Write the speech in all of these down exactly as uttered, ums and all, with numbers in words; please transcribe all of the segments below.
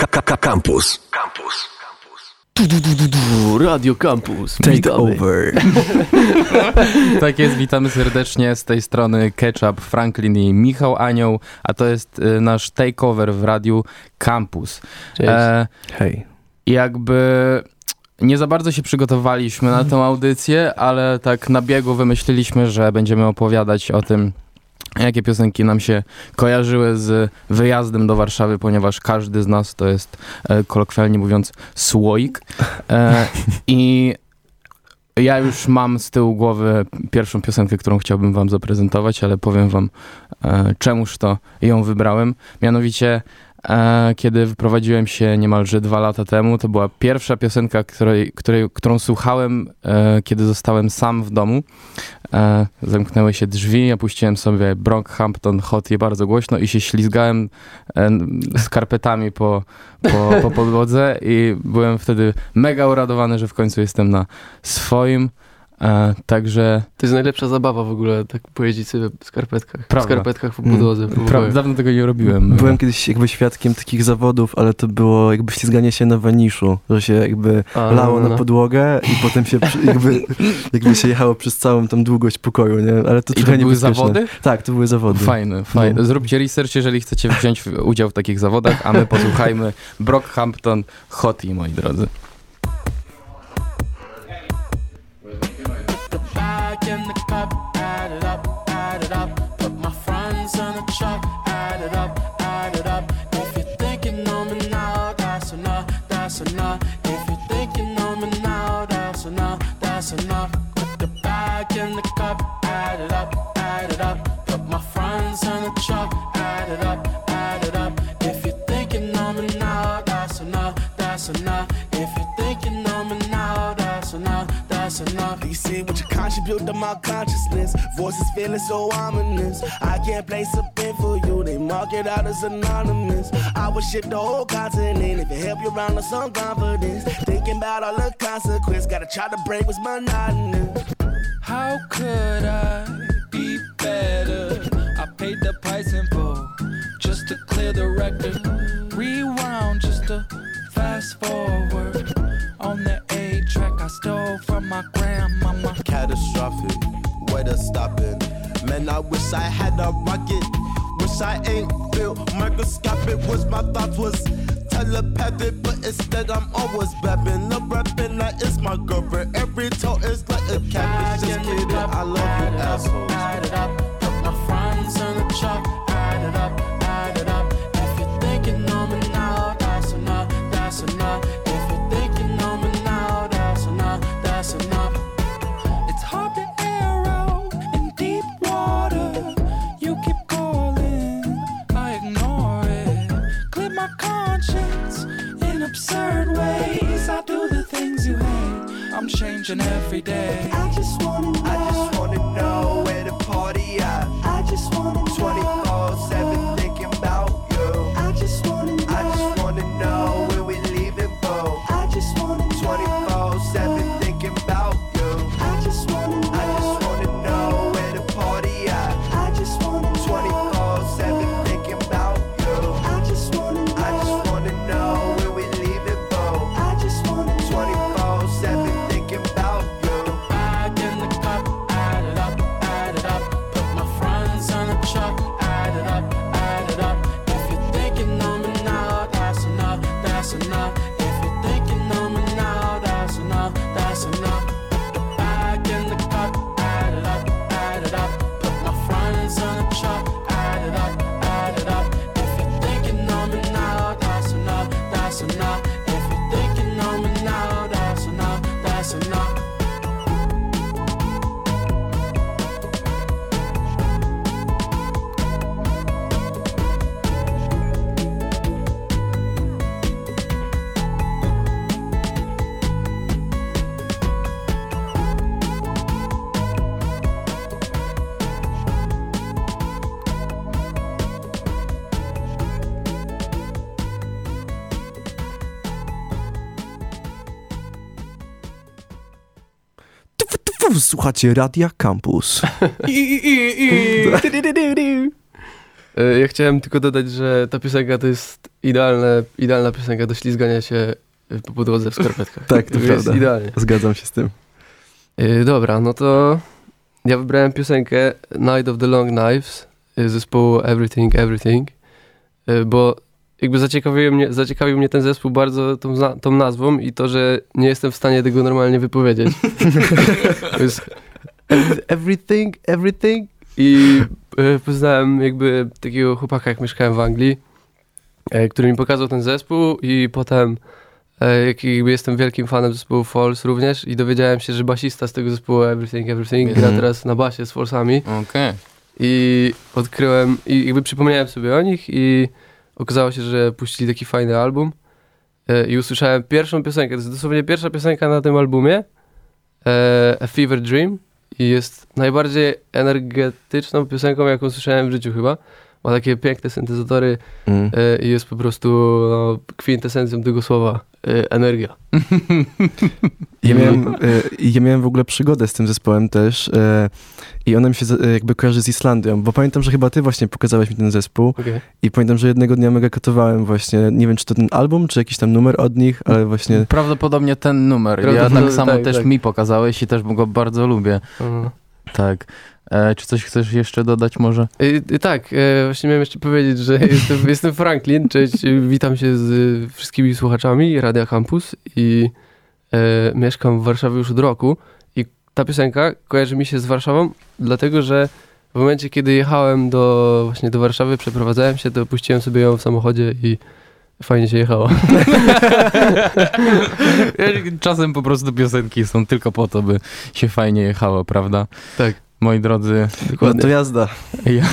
Campus. Campus. Du, du, du, du, du. Radio Campus. Take Witamy. over. Tak jest, witamy serdecznie z tej strony Ketchup, Franklin i Michał Anioł, a to jest y, nasz takeover w Radiu Campus. Cześć. E, Hej. jakby nie za bardzo się przygotowaliśmy na tę audycję, ale tak na biegu wymyśliliśmy, że będziemy opowiadać o tym, jakie piosenki nam się kojarzyły z wyjazdem do Warszawy, ponieważ każdy z nas to jest, e, kolokwialnie mówiąc, słoik. E, I ja już mam z tyłu głowy pierwszą piosenkę, którą chciałbym wam zaprezentować, ale powiem wam, e, czemuż to ją wybrałem. Mianowicie, e, kiedy wyprowadziłem się niemalże dwa lata temu, to była pierwsza piosenka, której, której, którą słuchałem, e, kiedy zostałem sam w domu. E, zamknęły się drzwi, ja puściłem sobie Brockhampton Hottie bardzo głośno i się ślizgałem e, skarpetami po, po, po podłodze i byłem wtedy mega uradowany, że w końcu jestem na swoim. E, także... To jest najlepsza zabawa w ogóle, tak pojeździć sobie w skarpetkach. Prawda. W skarpetkach po podłodze. Mm, pra- dawno tego nie robiłem. Byłem kiedyś jakby świadkiem takich zawodów, ale to było jakby ślizganie się na waniszu, że się jakby A, lało no, na no. podłogę i potem się przy, jakby, jakby się jechało przez całą tam długość pokoju, nie? Ale to I to trochę były niebezpieczne. zawody? Tak, to były zawody. Fajne, fajne. No. Zróbcie research, jeżeli chcecie wziąć w- udział w takich zawodach, a my posłuchajmy Brockhampton Hottie, moi drodzy. Bag in the cup, add it up, add it up. Put my friends on the truck, add it up, add it up. If you're thinking on me now, that's enough, that's enough. If you're thinking on me now, that's enough, that's enough. Put the bag in the cup, add it up, add it up. Put my friends on the truck, add it up, add it up. If you're thinking on me now, that's enough, that's enough. If you're thinking on me now, that's enough, that's enough. You see what you contribute to my consciousness. Voices feeling so ominous. I can't place a pin for you. They mark it out as anonymous. I would ship the whole continent if it help you round with some confidence. Thinking about all the consequence. Gotta try to break what's monotonous. How could I be better? I paid the price in full just to clear the record. Rewound just to fast forward. On the A track I stole from my grandmama. Catastrophic, way to stop it. Man, I wish I had a rocket. Wish I ain't built microscopic. Wish my thoughts was telepathic, but instead I'm always babbing. The rapping like it's my girlfriend. Every toe is like a catfish. Just kidding, I love you assholes. Add it up, put my friends on the truck, add it up, add it up. If you're thinking on me now, that's enough, that's enough. If you're thinking on me now, that's enough, that's enough. It's hard to air out in deep water. You keep calling, I ignore it. Clear my conscience in absurd ways. I do the things you hate. I'm changing every day. I just wanna know, I just wanna know where the party at. I just wanna know, twenty-four seven thinking about you. I just wanna know, I just wanna know where we leaving for. I just wanna know, twenty-four seven thinking about you. I just wanna know, I just wanna know where the party at. I just wanna know, twenty-four seven thinking about you. I just wanna know, I just wanna know where we leaving for. I just wanna know, twenty-four seven thinking about you. Bag in the cup, add it up, add it up. Put my friends on the truck, add it up, add it up. If you're thinking on me now, that's enough, that's enough. If you're thinking on me now, that's enough, that's enough. Put the bag in the cup, add it up, add it up. Put my friends on the truck, add it up, add it up. If you're thinking on me now, that's enough, that's enough. If you're thinking on me now, that's enough, that's enough. Słuchacie Radia Campus. I, i, i, i. E, Ja chciałem tylko dodać, że ta piosenka to jest idealne, idealna piosenka do ślizgania się po podłodze w skarpetkach. Tak, to jest prawda. idealnie. Zgadzam się z tym. E, Dobra, no to ja wybrałem piosenkę Night of the Long Knives e, zespołu Everything, Everything, e, bo jakby zaciekawił mnie, zaciekawił mnie ten zespół bardzo tą, za- tą nazwą i to, że nie jestem w stanie tego normalnie wypowiedzieć. To jest every- Everything, Everything i e, poznałem jakby takiego chłopaka, jak mieszkałem w Anglii, e, który mi pokazał ten zespół i potem e, jak jakby jestem wielkim fanem zespołu Falls również i dowiedziałem się, że basista z tego zespołu Everything, Everything gra Mhm. teraz na basie z Fallsami Okej. i odkryłem i jakby przypomniałem sobie o nich i okazało się, że puścili taki fajny album e, i usłyszałem pierwszą piosenkę, to jest dosłownie pierwsza piosenka na tym albumie, e, A Fever Dream i jest najbardziej energetyczną piosenką, jaką słyszałem w życiu chyba. Ma takie piękne syntezatory Mm. e, i jest po prostu no, kwintesencją tego słowa e, energia. Ja miałem, e, ja miałem w ogóle przygodę z tym zespołem też e, i ona mi się za- e, jakby kojarzy z Islandią, bo pamiętam, że chyba ty właśnie pokazałeś mi ten zespół Okay. i pamiętam, że jednego dnia mega katowałem właśnie, nie wiem czy to ten album, czy jakiś tam numer od nich, ale właśnie Prawdopodobnie ten numer. Ja Prawdopodobnie tak samo tak, też tak. mi pokazałeś i też go bardzo lubię. Mhm. Tak. E, czy coś chcesz jeszcze dodać może? Y, y, tak, e, właśnie miałem jeszcze powiedzieć, że jestem, jestem Franklin, cześć, y, witam się z y, wszystkimi słuchaczami Radia Campus i e, mieszkam w Warszawie już od roku i ta piosenka kojarzy mi się z Warszawą, dlatego że w momencie, kiedy jechałem do, właśnie do Warszawy, przeprowadzałem się, to puściłem sobie ją w samochodzie i fajnie się jechało. Czasem po prostu piosenki są tylko po to, by się fajnie jechało, prawda? Tak. Moi drodzy, no Dokładnie. to jazda. ja...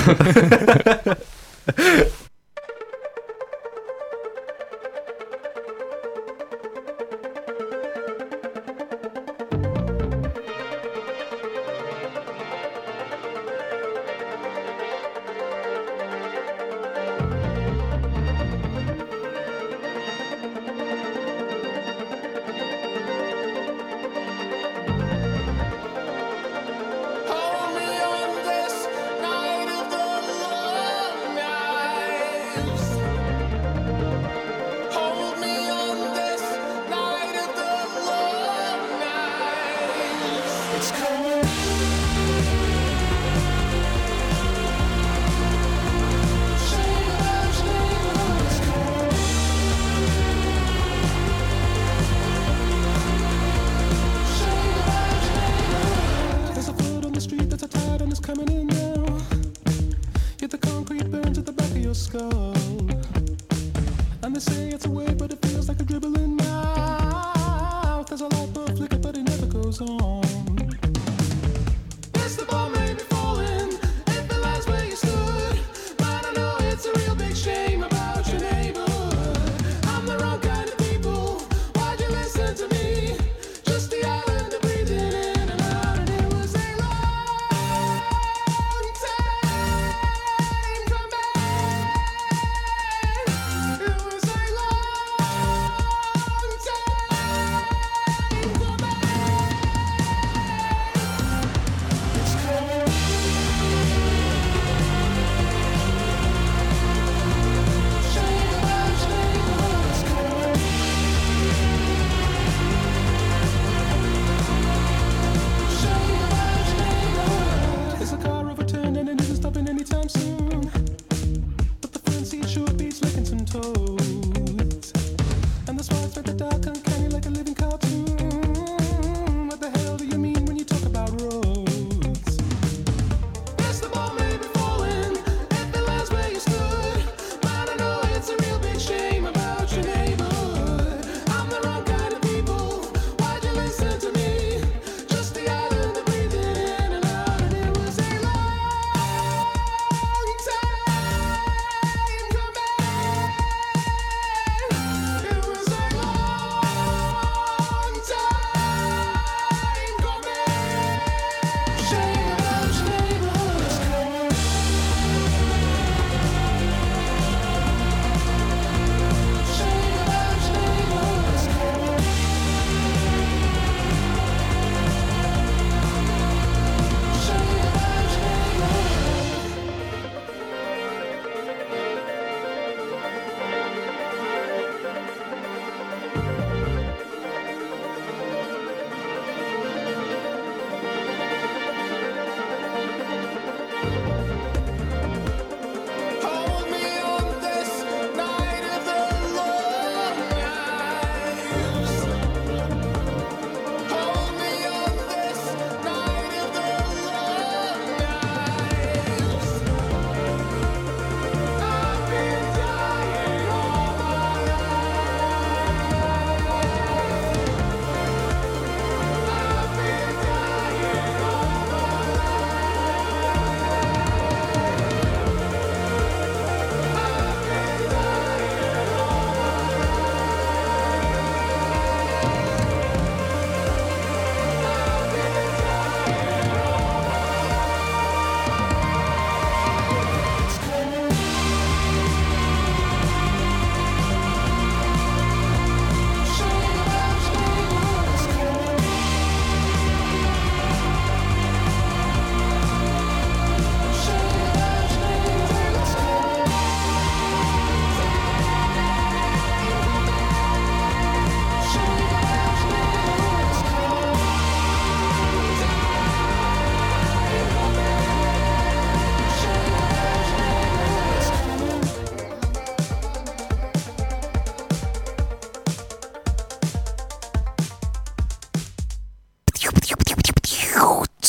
Hold me on this night of the long knives. Hold me on this night of the long knives. It's coming. Shame, shame, it's coming. There's a foot on the street that's a tide and it's coming in now. Yet the concrete burns at the back of your skull. And they say it's a wave, but it feels like a dribbling mouth. There's a light bulb flicker, but it never goes on. Yes, the bomb may be falling. If the last where you stood, but I know it's a real big shame about your neighborhood. I'm the wrong kind of people. Why'd you listen to me? Just the island of breathing in and out, and it was a long time coming. It was a long time coming. It's coming. Shame about shame, it's coming. Shame about shame. There's a car overturned and it isn't stopping anytime soon. But the front seat sure beats licking some toads. And the spots at the dark uncanny like a living cartoon. What the hell do you mean when you talk about roads? Yes, the ball may be falling if the last where you stood. But I know it's a real big shame about your neighborhood. I'm the wrong kind of people. Why'd you listen to me? Just the island of breathing in and out, and it was a long time coming. It was a long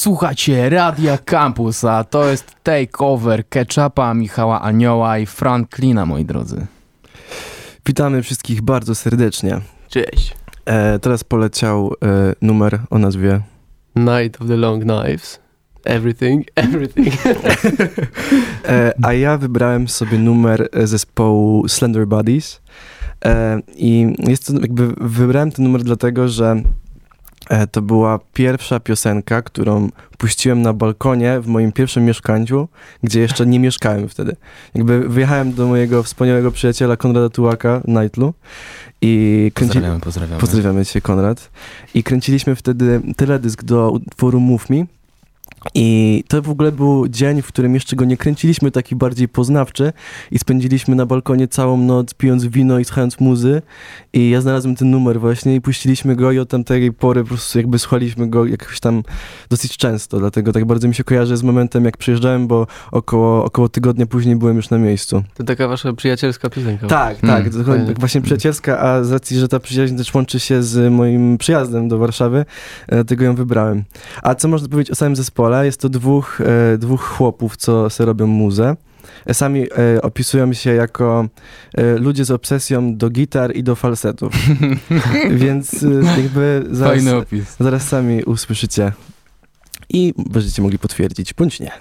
Słuchajcie, Radia Campus, a to jest takeover Ketchupa, Michała Anioła i Franklina, moi drodzy. Witamy wszystkich bardzo serdecznie. Cześć. E, teraz poleciał e, numer o nazwie Night of the Long Knives. Everything, everything. e, a ja wybrałem sobie numer zespołu Slender Bodies e, i jest to, jakby wybrałem ten numer dlatego, że e, to była pierwsza piosenka, którą puściłem na balkonie w moim pierwszym mieszkaniu, gdzie jeszcze nie mieszkałem wtedy. Jakby wyjechałem do mojego wspaniałego przyjaciela Konrada Tułaka, Nightlu, i kręci... Pozdrawiamy, pozdrawiamy. Pozdrawiamy cię, Konrad. I kręciliśmy wtedy teledysk do utworu Move Me. I to w ogóle był dzień, w którym jeszcze go nie kręciliśmy, taki bardziej poznawczy, i spędziliśmy na balkonie całą noc, pijąc wino i słuchając muzy, i ja znalazłem ten numer właśnie i puściliśmy go i od tamtej pory po prostu jakby słuchaliśmy go jakoś tam dosyć często, dlatego tak bardzo mi się kojarzy z momentem, jak przyjeżdżałem, bo około, około tygodnia później byłem już na miejscu. To taka wasza przyjacielska piosenka. Tak, Hmm. tak, Fajnie. tak, właśnie przyjacielska, a z racji, że ta przyjaźń też łączy się z moim przyjazdem do Warszawy, dlatego ją wybrałem. A co można powiedzieć o samym zespole? Jest to dwóch, e, dwóch chłopów, co sobie robią muzę. Sami e, opisują się jako e, ludzie z obsesją do gitar i do falsetów. Więc e, jakby zaraz, Fajny opis. zaraz sami usłyszycie i będziecie mogli potwierdzić, bądź nie.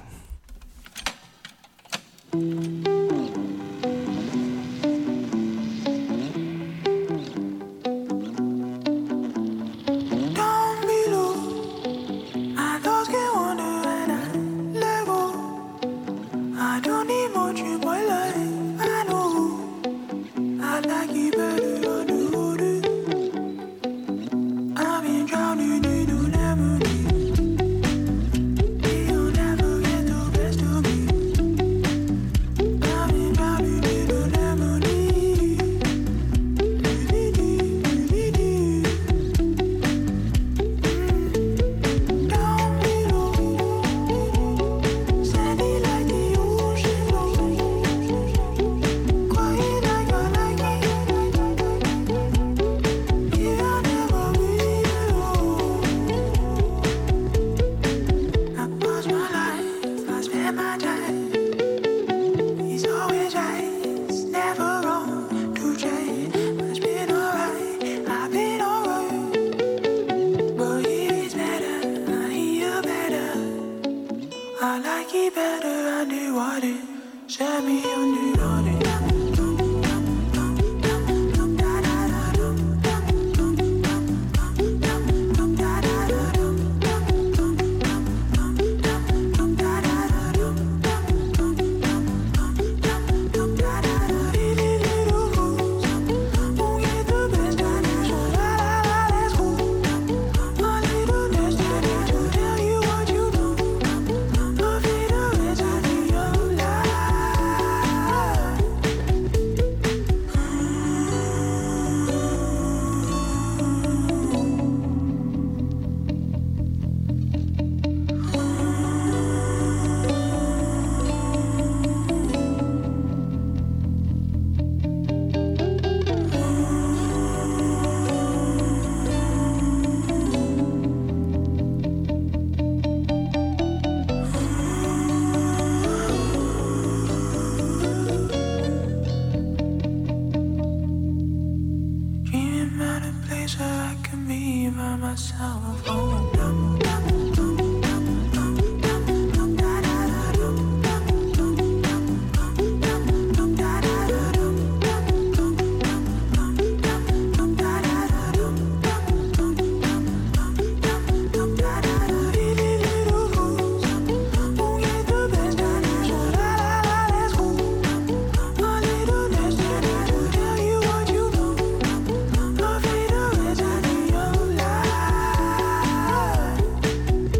Down below, I thoughts get wonder and I let go. I don't need much in my life, I know. I like it better on the water. I've been drowning in the lemony. You'll never get the best of me. I've been drowning in the lemony. Down below, sandy like the ocean floor. Quiet like I like it. Yeah, I'll never be alone. I pause my life, I spend my time. It's always right, it's never wrong to change. It's been alright, I've been alright. But it's better, I hear better. I like it better underwater. Set me underwater. Dreaming about a place where I can be by myself. Oh, dum, dum, dum, dum, dum, dum, dum, da, da, da, dum, dum, dum, dum, dum, dum, dum, da, da, da, dum, dum, dum, dum, dum, dum, dum, da, da, da, dum, dum, dum, dum, dum, dum, dum, da, da, da. Really little fools won't get the best out of you. La, la, la, let's go. My little destiny to tell you what you know. Afraid of it, I do your life.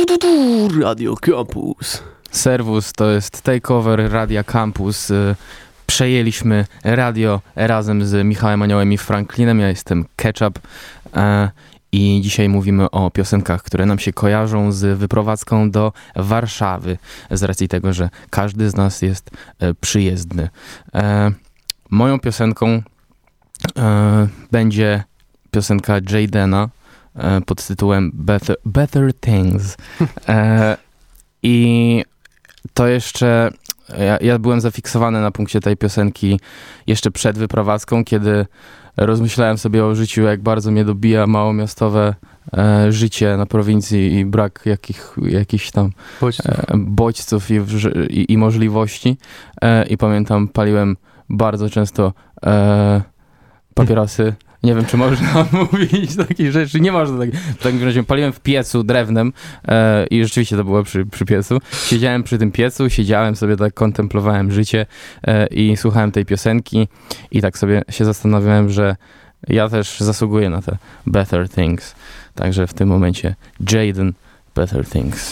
Radio Campus. Servus to jest takeover Radia Campus. Y, Przejęliśmy radio razem z Michałem Aniołem i Franklinem. Ja jestem Ketchup e, i dzisiaj mówimy o piosenkach, które nam się kojarzą z wyprowadzką do Warszawy, z racji tego, że każdy z nas jest e, przyjezdny. E, moją piosenką e, będzie piosenka Jadena e, pod tytułem Better, Better Things. E, I to jeszcze... Ja, ja byłem zafiksowany na punkcie tej piosenki jeszcze przed wyprowadzką, kiedy rozmyślałem sobie o życiu, jak bardzo mnie dobija małomiastowe e, życie na prowincji i brak jakich, jakichś tam e, bodźców i, i, i możliwości. E, I pamiętam, paliłem bardzo często e, papierosy. Nie wiem, czy można mówić takich rzeczy. Nie można tak. W takim razie paliłem w piecu drewnem e, i rzeczywiście to było przy, przy piecu. Siedziałem przy tym piecu, siedziałem sobie tak, kontemplowałem życie e, i słuchałem tej piosenki i tak sobie się zastanawiałem, że ja też zasługuję na te Better Things. Także w tym momencie Jaden, Better Things.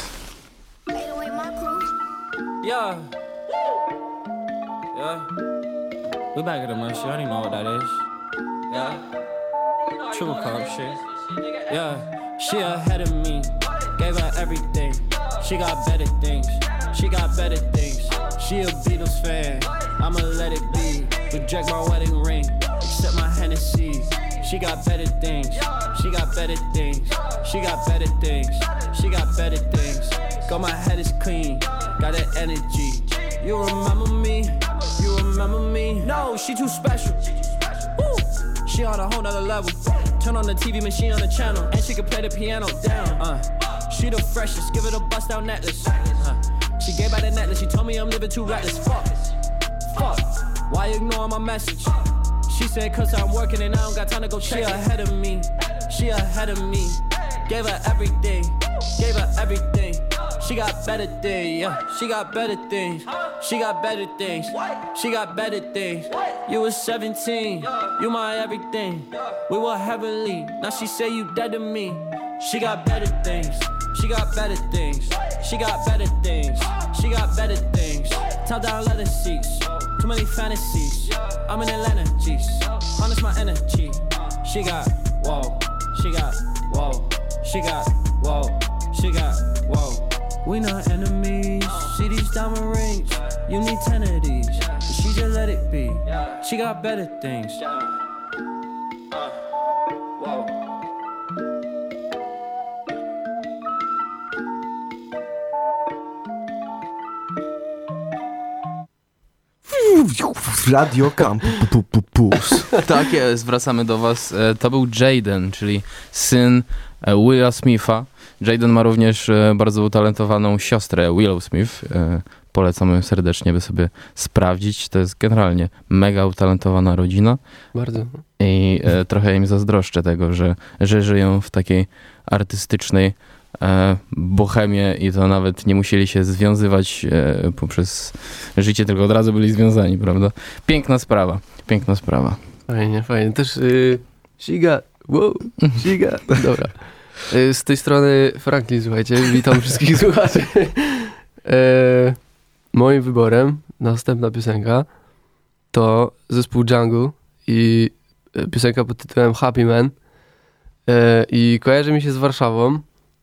Yeah. Yeah. We back at the money shit. I don't even know what that is. Yeah. True carb shit. Yeah. She ahead of me. Gave her everything. She got better things. She got better things. She a Beatles fan. I'ma let it be. Reject my wedding ring. Accept my Hennessy. She got better things. She got better things. She got better things. She got better things. Got my head is clean. Got that energy. You remember me? You remember me? No, she too special. Woo. She on a whole nother level. Turn on the T V machine on the channel, and she can play the piano down. Uh, she the freshest. Give it a bust down necklace. Uh, she gave out the necklace. She told me I'm living too reckless. Fuck, fuck. Why you ignoring my message? She said 'cause I'm working and I don't got time to go check. She ahead of me. She ahead of me. Gave her everything. Gave her everything. She got better things, yeah. She got better things. She got better things. She got better things. You was seventeen, you my everything. We were heavenly, now she say you dead to me. She got better things. She got better things. She got better things. She got better things. Top down leather seats. Too many fantasies. I'm in Atlanta, jeez. Harness my energy. She got, whoa. She got, whoa. She got, whoa. She got, whoa. We not enemies. See these diamond rings. You need ten of these. But she just let it be. She got better things. Whoa. Radio Campus. Tak jest, wracamy do was. E, To był Jaden, czyli syn e, Willa Smitha. Jaden ma również e, bardzo utalentowaną siostrę Willow Smith. E, Polecamy serdecznie, by sobie sprawdzić. To jest generalnie mega utalentowana rodzina. Bardzo. I e, trochę im zazdroszczę tego, że, że żyją w takiej artystycznej e, bohemie i to nawet nie musieli się związywać e, poprzez życie, tylko od razu byli związani, prawda? Piękna sprawa, piękna sprawa. Fajnie, fajnie. Też yy, Siga, wow, Siga. Dobra. Yy, z tej strony Franklin, słuchajcie, witam wszystkich słuchaczy. Yy, moim wyborem, następna piosenka, to zespół Jungle i piosenka pod tytułem Happy Man. Yy, I kojarzy mi się z Warszawą,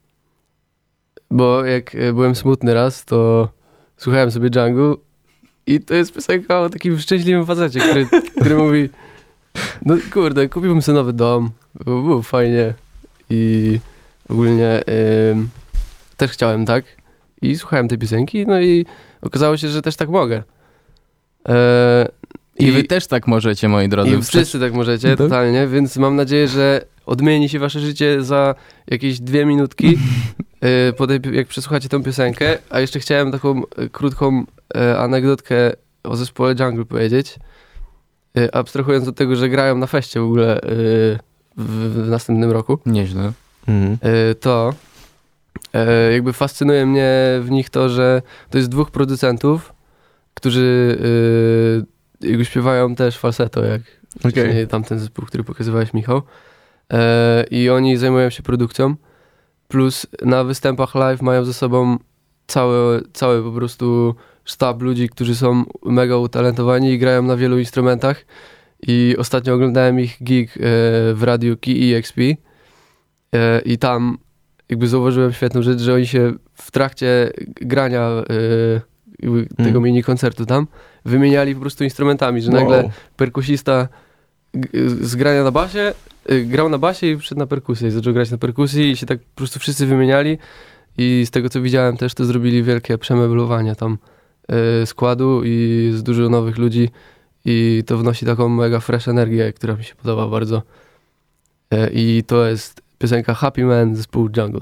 bo jak byłem smutny raz, to słuchałem sobie Jungle i to jest piosenka o takim szczęśliwym facecie, który, który mówi: no kurde, kupiłbym sobie nowy dom, było fajnie i ogólnie ym, też chciałem tak i słuchałem tej piosenki, no i okazało się, że też tak mogę. E, I, I wy też tak możecie, moi drodzy. I wszyscy tak możecie, tak? totalnie, więc mam nadzieję, że odmieni się wasze życie za jakieś dwie minutki, e, po tej, jak przesłuchacie tą piosenkę. A jeszcze chciałem taką e, krótką e, anegdotkę o zespole Jungle powiedzieć. E, abstrahując od tego, że grają na feście w ogóle e, w, w następnym roku. Nieźle. Mhm. E, to e, jakby fascynuje mnie w nich to, że to jest dwóch producentów, którzy e, jakby śpiewają też falsetto, jak Okay. tamten zespół, który pokazywałeś, Michał. E, I oni zajmują się produkcją. plus na występach live mają ze sobą cały, cały po prostu sztab ludzi, którzy są mega utalentowani i grają na wielu instrumentach. I ostatnio oglądałem ich gig e, w radiu Key E X P e, i tam jakby zauważyłem świetną rzecz, że oni się w trakcie grania e, tego Mm. mini koncertu tam wymieniali po prostu instrumentami, że Wow. nagle perkusista g- z grania na basie y, grał na basie i wszedł na perkusję i zaczął grać na perkusji i się tak po prostu wszyscy wymieniali i z tego co widziałem też to zrobili wielkie przemeblowanie tam y, składu i z dużo nowych ludzi i to wnosi taką mega fresh energię, która mi się podoba bardzo. Y, I to jest piosenka Happy Man zespołu Jungle.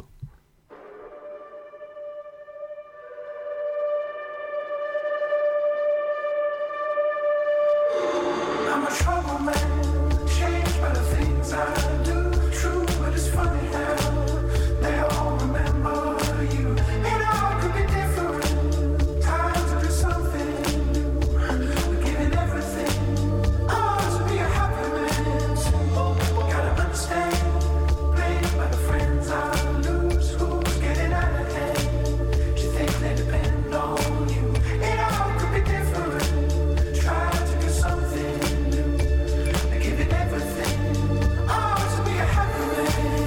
I'm a trouble man, changed by the things I do. True, but it's funny how they all remember you. It all could be different. Time to do something new. We're giving everything. Oh, to be a happy man. Gotta understand. Blamed by the friends I lose. Who's getting out of hand? Do you think they depend on you? It all could be different. Try to do something. Give it everything, oh, to be a happy man.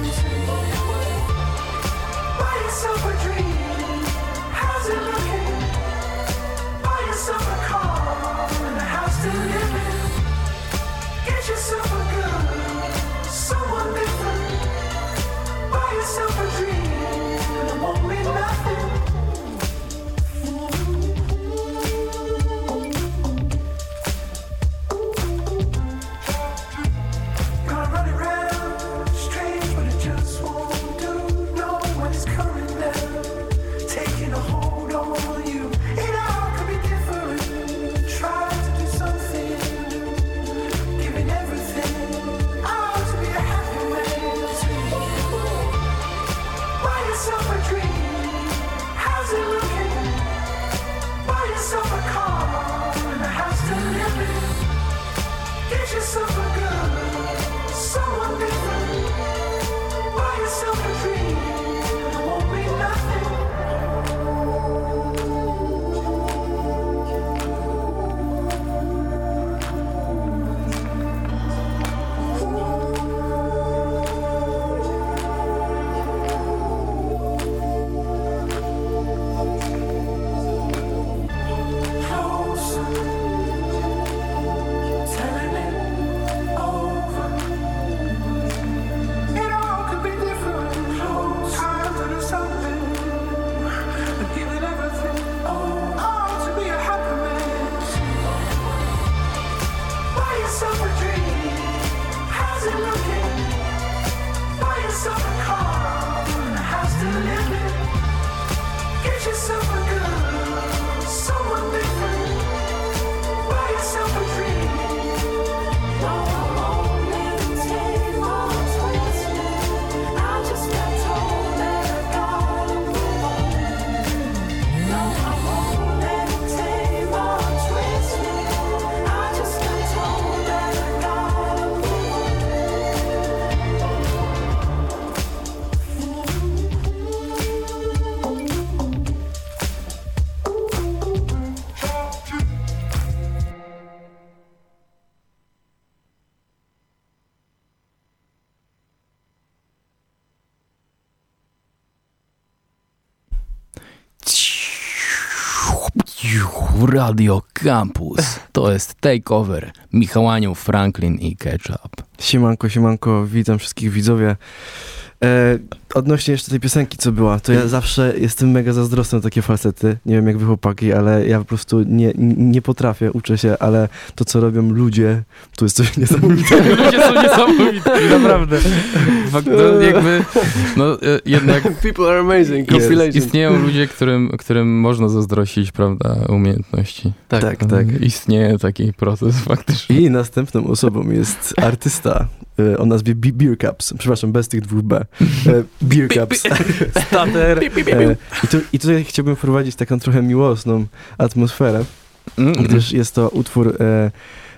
Buy yourself a dream, how's it looking? Buy yourself a car and a house to live in. Get yourself a girl, someone different. Buy yourself a dream and it won't mean nothing. Gonna run it round, strange but it just won't do. No one is coming down, taking a hold on you. It all could be different. Try to do something new, giving everything. Oh, to be a happy man. Buy yourself a dream, how's it looking? Buy yourself a car and a house to live in. Get yourself a girl, someone different. Buy yourself a dream, it won't mean nothing. Closer, telling it over. It all could be different. Time to do something. Give it everything. Oh, to be a happy man. Buy yourself a dream. How's it looking? Buy yourself a car and a house to live in. Get yourself a girl, someone different. Buy yourself a dream. No, I won't meditate or twist it. I just got told that I gotta move on. No, I won't meditate or twist it. I just got told that I gotta move on. Radio Campus. To jest Takeover. Michał Anioł, Franklin i Ketchup. Siemanko, siemanko, witam wszystkich widzowie. E, odnośnie jeszcze tej piosenki, co była, to ja zawsze jestem mega zazdrosny o takie falsety. Nie wiem jak wy chłopaki, ale ja po prostu nie, nie potrafię, uczę się, ale to co robią ludzie, to jest coś niesamowitego. Ludzie są niesamowici, naprawdę. Fakt, no, jakby, no e, jednak People are amazing. Compilation. istnieją ludzie, którym, którym można zazdrościć, prawda, umiejętności. Tak, tak, tak. Istnieje taki proces faktycznie. I następną osobą jest artysta e, o nazwie B- Beer Cups. Przepraszam, bez tych dwóch B. E, Beer Cups. Stater. E, i, tu, I tutaj chciałbym wprowadzić taką trochę miłosną atmosferę, Mm, gdyż jest to utwór e,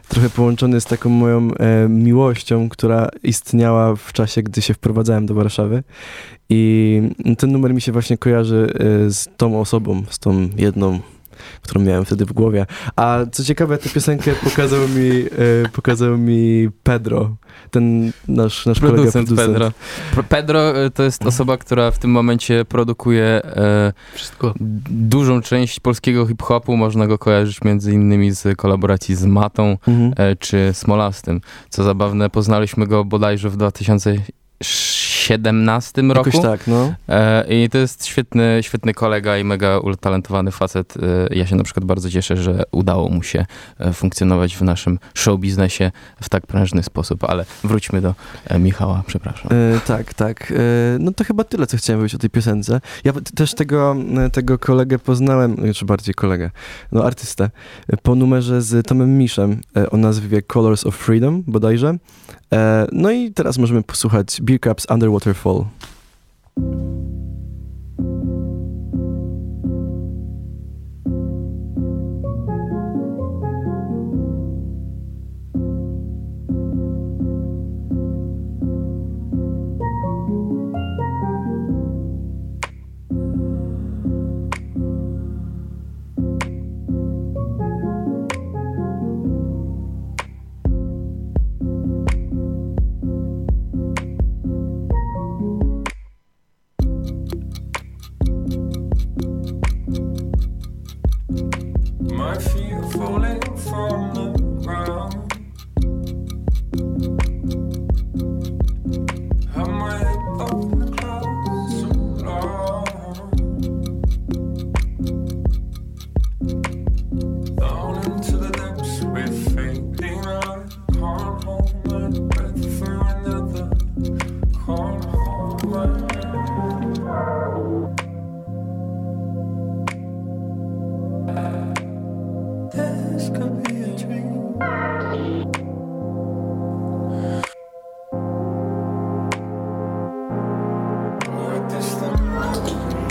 trochę połączony z taką moją e, miłością, która istniała w czasie, gdy się wprowadzałem do Warszawy. I ten numer mi się właśnie kojarzy e, z tą osobą, z tą jedną, którą miałem wtedy w głowie. A co ciekawe, tę piosenkę pokazał mi, e, pokazał mi Pedro, ten nasz, nasz kolega Producent producent. Pedro. Pro- Pedro e, to jest osoba, która w tym momencie produkuje e, Wszystko. dużą część polskiego hip-hopu. Można go kojarzyć między innymi z kolaboracji z Matą Mhm. e, czy Smolastym. Co zabawne, poznaliśmy go bodajże w dwa tysiące siedemnastym roku. Jakoś tak, no. E, I to jest świetny, świetny kolega i mega utalentowany facet. E, ja się na przykład bardzo cieszę, że udało mu się e, funkcjonować w naszym show biznesie w tak prężny sposób, ale wróćmy do e, Michała, przepraszam. E, tak, tak. E, no to chyba tyle, co chciałem powiedzieć o tej piosence. Ja t- też tego, e, tego kolegę poznałem, czy bardziej kolegę, no artystę, e, po numerze z Tomem Miszem e, o nazwie Colors of Freedom bodajże. E, no i teraz możemy posłuchać Beer Cups Underwater Fall. My feet are falling from the ground. Have my head up in the clouds so long. Down into the depths we're fading out. Can't hold my breath for another. Can't hold my This could be a dream. Or a distant memory.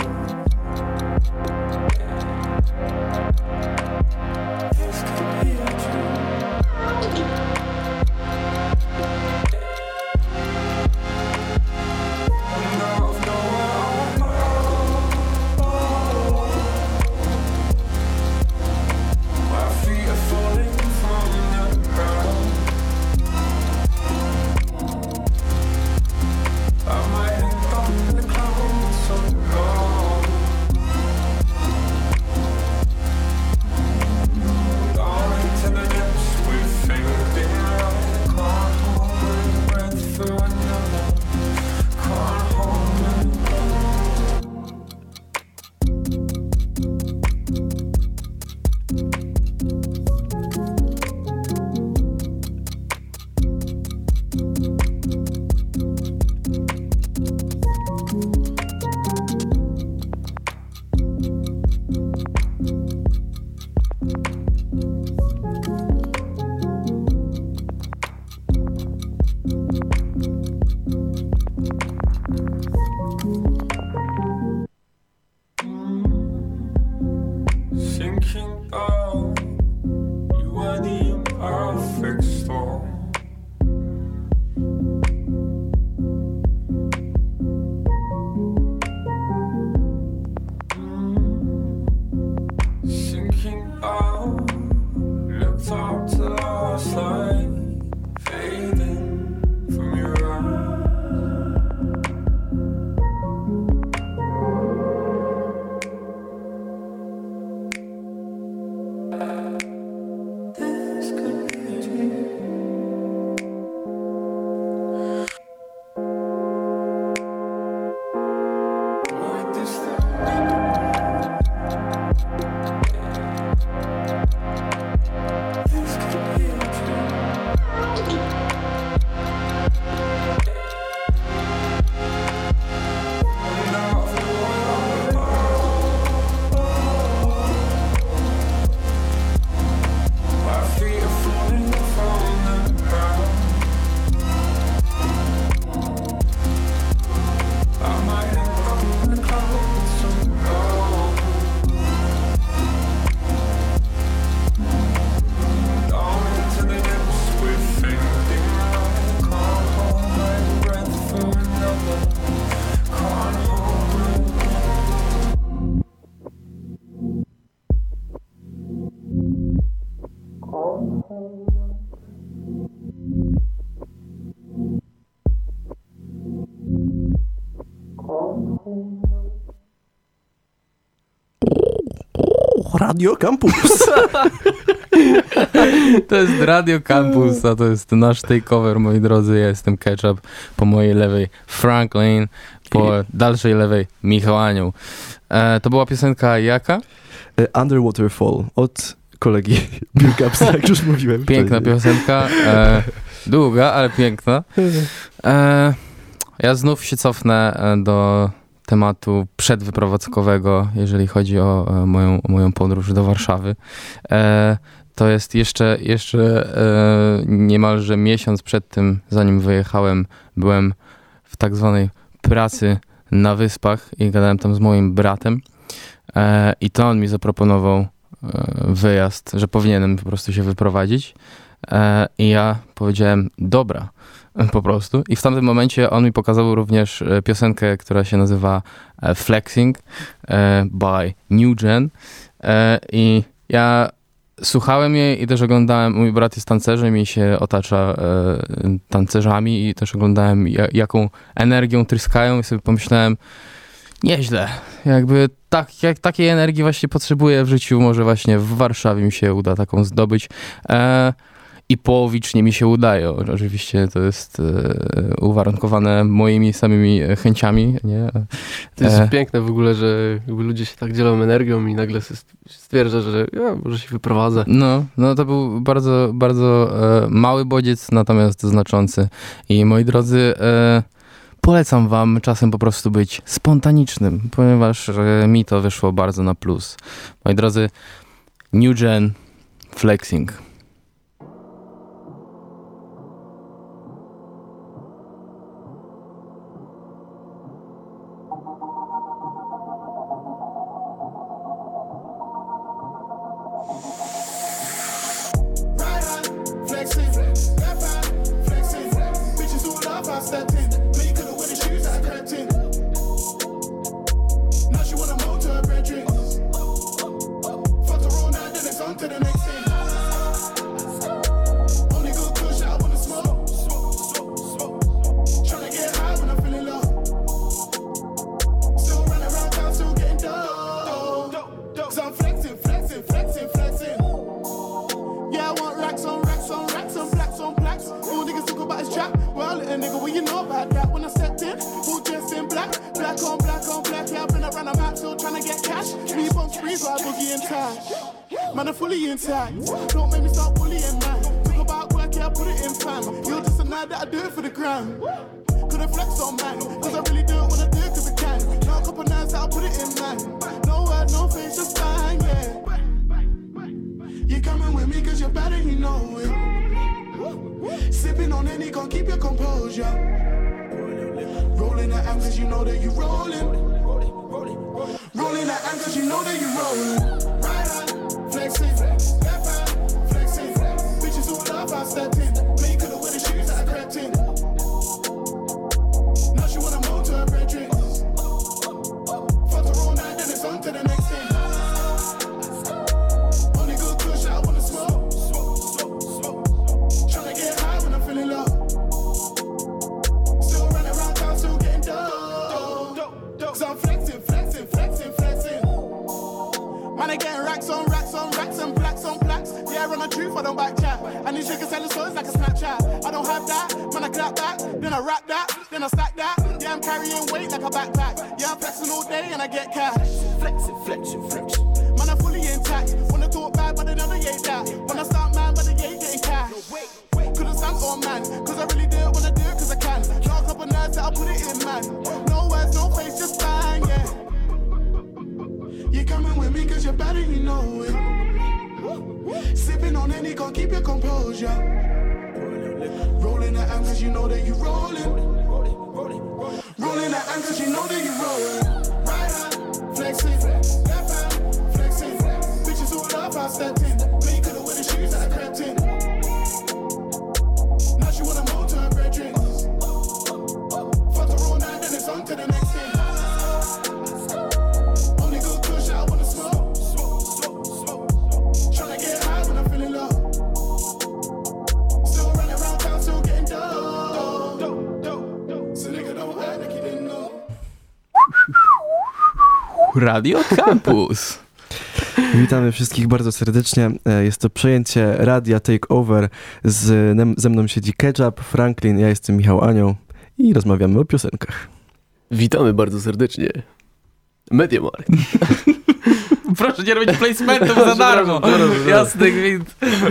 This could be a dream. And out of nowhere, my feet are falling. Radio Campus. To jest Radio Campus, a to jest nasz takeover, moi drodzy. Ja jestem Ketchup, po mojej lewej Franklin, po dalszej lewej Michał Anioł. E, to była piosenka jaka? Underwater Fall od kolegi Bill Capsa, jak już mówiłem. Piękna piosenka, e, długa, ale piękna. E, ja znów się cofnę do tematu przedwyprowadzkowego, jeżeli chodzi o e, moją, moją podróż do Warszawy. E, to jest jeszcze, jeszcze e, niemalże miesiąc przed tym, zanim wyjechałem, byłem w tak zwanej pracy na Wyspach i gadałem tam z moim bratem e, i to on mi zaproponował e, wyjazd, że powinienem po prostu się wyprowadzić e, i ja powiedziałem dobra, po prostu. I w tamtym momencie on mi pokazał również piosenkę, która się nazywa Flexing by New Gen i ja słuchałem jej i też oglądałem, mój brat jest tancerzem i się otacza tancerzami i też oglądałem jaką energią tryskają i sobie pomyślałem nieźle, jakby tak, jak, takiej energii właśnie potrzebuję w życiu, może właśnie w Warszawie mi się uda taką zdobyć. I połowicznie mi się udaje. Oczywiście to jest e, uwarunkowane moimi samymi chęciami. Nie? To jest e... piękne w ogóle, że jakby ludzie się tak dzielą energią i nagle stwierdza, że ja może się wyprowadzę. No, no to był bardzo, bardzo e, mały bodziec, natomiast znaczący. I moi drodzy, e, polecam wam czasem po prostu być spontanicznym, ponieważ e, mi to wyszło bardzo na plus. Moi drodzy, New Gen Flexing. Radio Campus. Witamy wszystkich bardzo serdecznie. E, Jest to przejęcie Radia Takeover. Z, nem- ze mną siedzi Ketchup, Franklin, ja jestem Michał Anioł i rozmawiamy o piosenkach. Witamy bardzo serdecznie. Mediamarkt. Proszę nie robić placementów za darmo. Jasny gwint.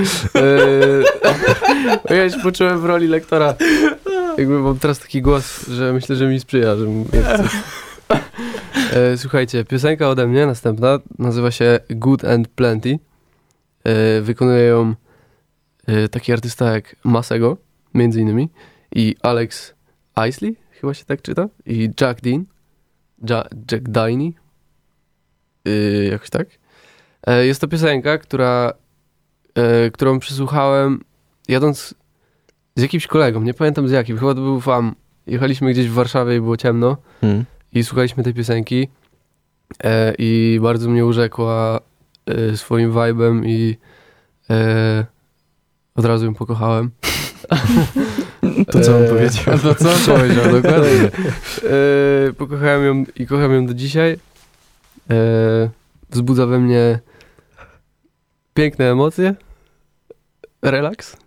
Eee, ja się poczułem w roli lektora. Jakby mam teraz taki głos, że myślę, że mi sprzyja, że jak coś. Eee, słuchajcie, piosenka ode mnie, następna, nazywa się Good and Plenty. Eee, wykonuje ją e, taki artysta jak Masego, między innymi, i Alex Isley, chyba się tak czyta, i Jack Dean, ja- Jack Diney, Yy, jakoś tak. E, jest to piosenka, która, e, którą przysłuchałem jadąc z jakimś kolegą, nie pamiętam z jakim, chyba to był Fam. Jechaliśmy gdzieś w Warszawie i było ciemno Hmm. i słuchaliśmy tej piosenki e, i bardzo mnie urzekła e, swoim vibe'em i e, od razu ją pokochałem. To co on powiedział? To co on powiedział, dokładnie. E, pokochałem ją i kocham ją do dzisiaj. E, wzbudza we mnie piękne emocje, relaks.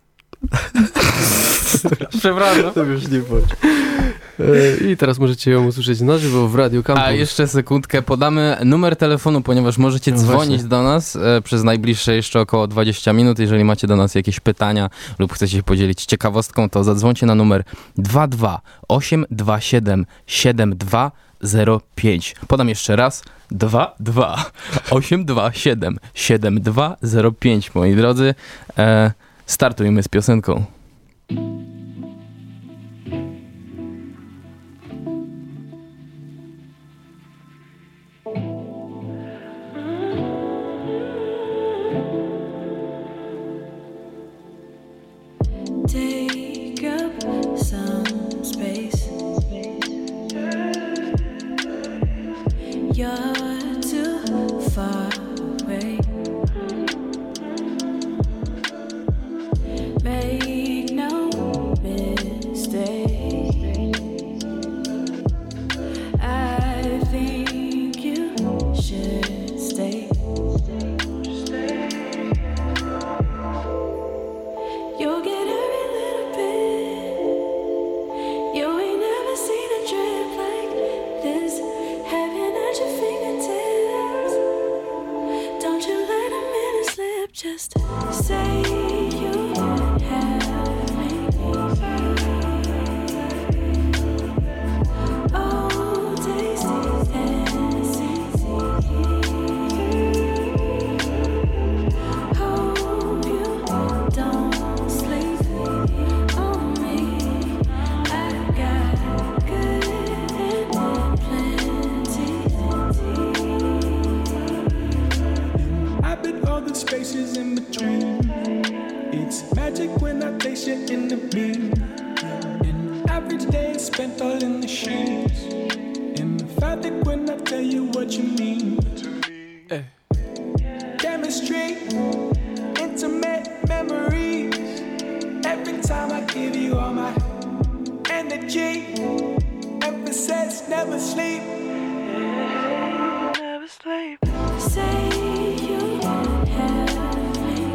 Przepraszam. To już nie bądź. E, I teraz możecie ją usłyszeć na żywo w Radio Campus. A jeszcze sekundkę, podamy numer telefonu, ponieważ możecie No dzwonić właśnie. do nas e, przez najbliższe jeszcze około dwadzieścia minut. Jeżeli macie do nas jakieś pytania lub chcecie się podzielić ciekawostką, to zadzwońcie na numer dwa dwa osiem dwa siedem siedem dwa zero pięć. Podam jeszcze raz. dwa dwa osiem dwa siedem siedem dwa zero pięć. Moi drodzy, e, startujmy z piosenką. Take up some space. You're too far away. Make no mistake. I think you should stay. You'll get every little bit. You ain't never seen a trip like this. Heaven at your fingertips. Don't you let a minute slip. Just say you have me. Oh, tasty and see. Hope you don't sleep on me. I got good and plenty. I bet all the spaces in between. It's magic when I taste you in the beam. An average day is spent all in the sheets. Emphatic when I tell you what you mean. Eh. Chemistry, intimate memories. Every time I give you all my energy. Emphasis, never sleep. Never sleep. Say you have me.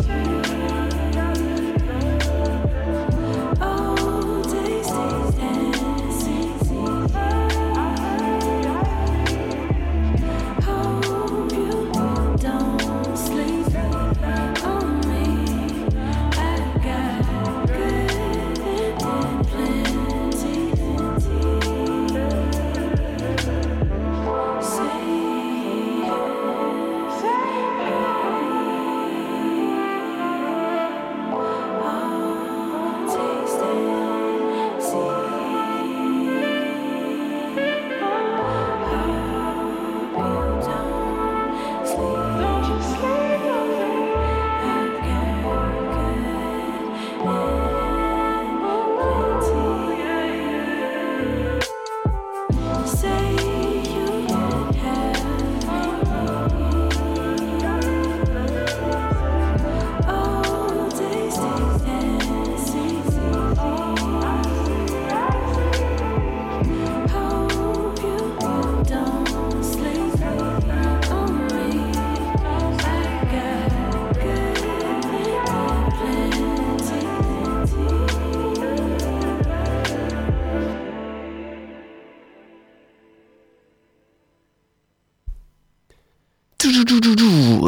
Oh, tasty and see. Hope you don't sleep on me. I got good and plenty. Say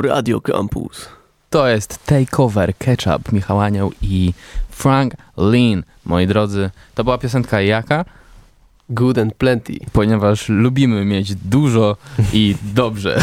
tu Radio Campus. To jest Takeover, Ketchup, Michał Anioł i Frank Lin. Moi drodzy, to była piosenka jaka? Good and plenty. Ponieważ lubimy mieć dużo i dobrze.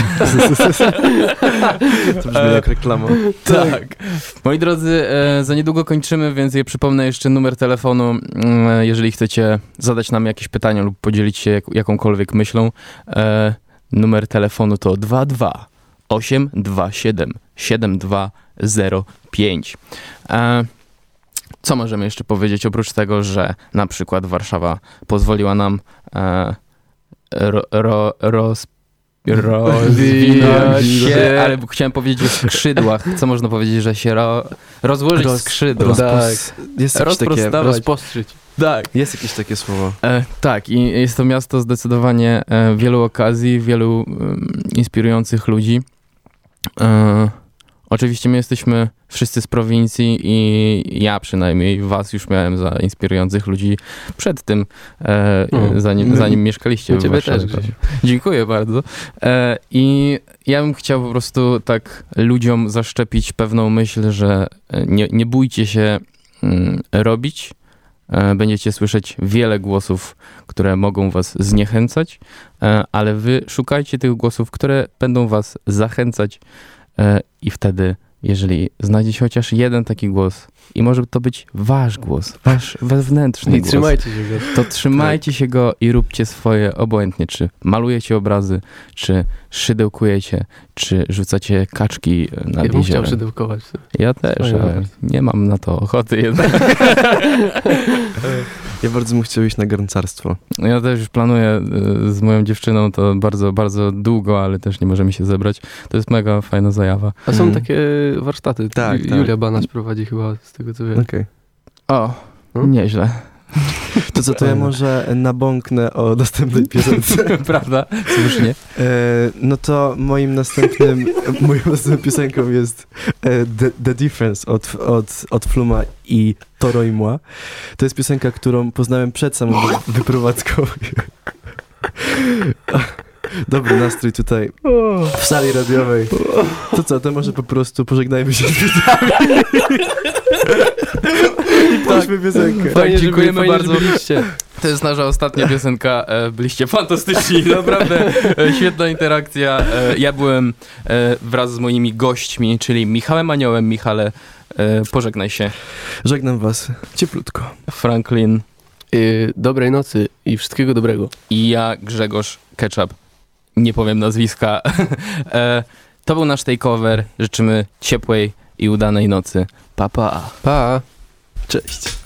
To brzmi jak reklama. Tak. Moi drodzy, e, za niedługo kończymy, więc ja przypomnę jeszcze numer telefonu, e, jeżeli chcecie zadać nam jakieś pytania lub podzielić się jak, jakąkolwiek myślą. E, numer telefonu to dwa dwa osiem dwa siedem siedem dwa zero pięć. E, co możemy jeszcze powiedzieć, oprócz tego, że na przykład Warszawa pozwoliła nam e, ro, ro, roz rozwinąć się, ale chciałem powiedzieć o skrzydłach. Co można powiedzieć, że się ro, rozłożyć Roz- skrzydła. Tak. Jest jakieś takie, Rozprostować. Rozpostrzyć. Tak. jest jakieś takie słowo. E, tak, i jest to miasto zdecydowanie e, wielu okazji, wielu um, inspirujących ludzi. E, oczywiście my jesteśmy wszyscy z prowincji i ja przynajmniej was już miałem za inspirujących ludzi przed tym, e, Mm. zanim, zanim mieszkaliście My w ciebie Warszawie. też, Grzesiu. Dziękuję bardzo. E, I ja bym chciał po prostu tak ludziom zaszczepić pewną myśl, że nie, nie bójcie się mm, robić. E, Będziecie słyszeć wiele głosów, które mogą was zniechęcać, e, ale wy szukajcie tych głosów, które będą was zachęcać e, i wtedy, jeżeli znajdziecie chociaż jeden taki głos i może to być wasz głos, wasz wewnętrzny I głos, trzymajcie się go. to trzymajcie się go i róbcie swoje obojętnie, czy malujecie obrazy, czy szydełkujecie, czy rzucacie kaczki nad Ja bym chciał jeziorem. szydełkować. Ja też, Fajne ale bardzo. nie mam na to ochoty jednak. Ja bardzo bym chciał iść na garncarstwo. Ja też już planuję y, z moją dziewczyną to bardzo, bardzo długo, ale też nie możemy się zebrać. To jest mega fajna zajawa. A są Mm. takie warsztaty. Tak, Ju- tak. Julia Banaś prowadzi chyba, z tego co wiem. Okej. O, Hmm? nieźle. To co, to ja może nabąknę o następnej piosence. Prawda? Słusznie. E, no to moim następnym, moją następną piosenką jest e, The, The Difference od, od, od Fluma i Toro i Moi. To jest piosenka, którą poznałem przed samą wyprowadzką. Dobry nastrój tutaj w sali radiowej. To co, to może po prostu pożegnajmy się z widzami. I puśćmy piosenkę. Fajnie, dziękujemy że, fajnie, bardzo. Że byliście. To jest nasza ostatnia piosenka. E, Byliście fantastyczni, naprawdę e, świetna interakcja. E, Ja byłem e, wraz z moimi gośćmi, czyli Michałem Aniołem. Michale, e, pożegnaj się. Żegnam was cieplutko. Franklin Y, dobrej nocy i wszystkiego dobrego. i ja, Grzegorz Ketchup. Nie powiem nazwiska. E, To był nasz takeover. Życzymy ciepłej i udanej nocy. Pa, pa. Pa! Cześć.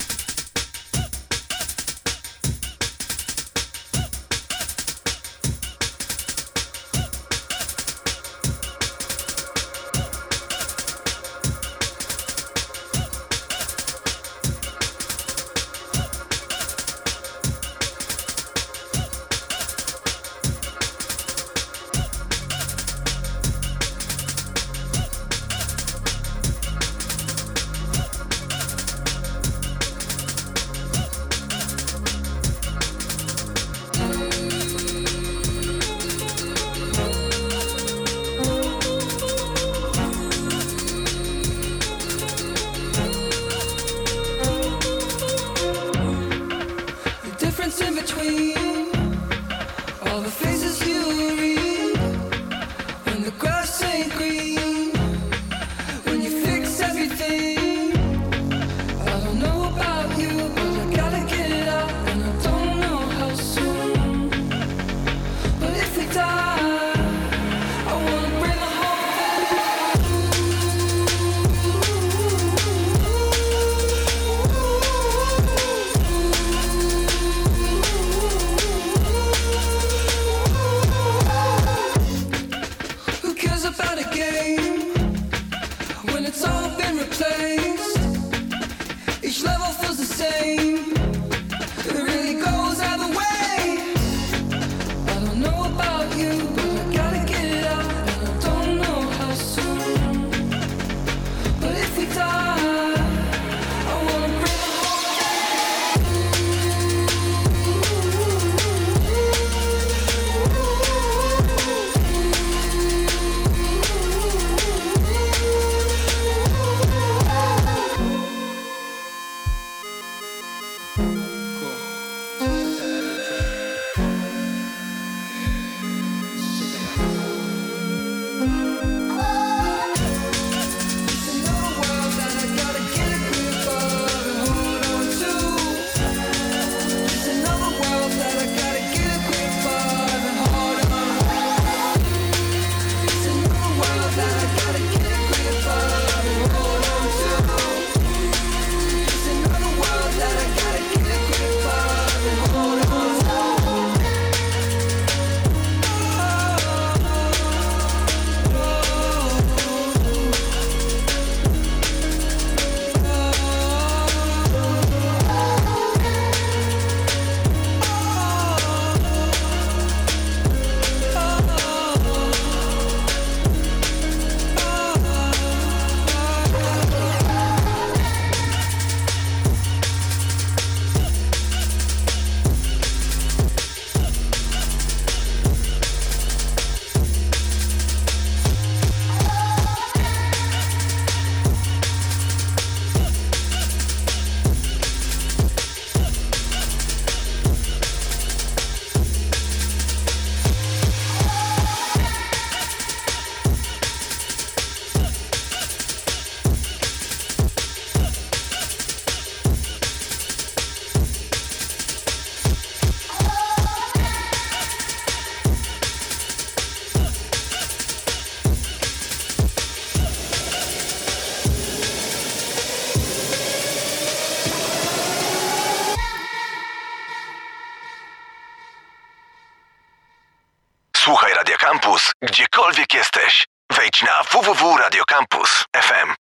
Słuchaj Radio Campus, gdziekolwiek jesteś. Wejdź na w w w kropka radio campus kropka f m.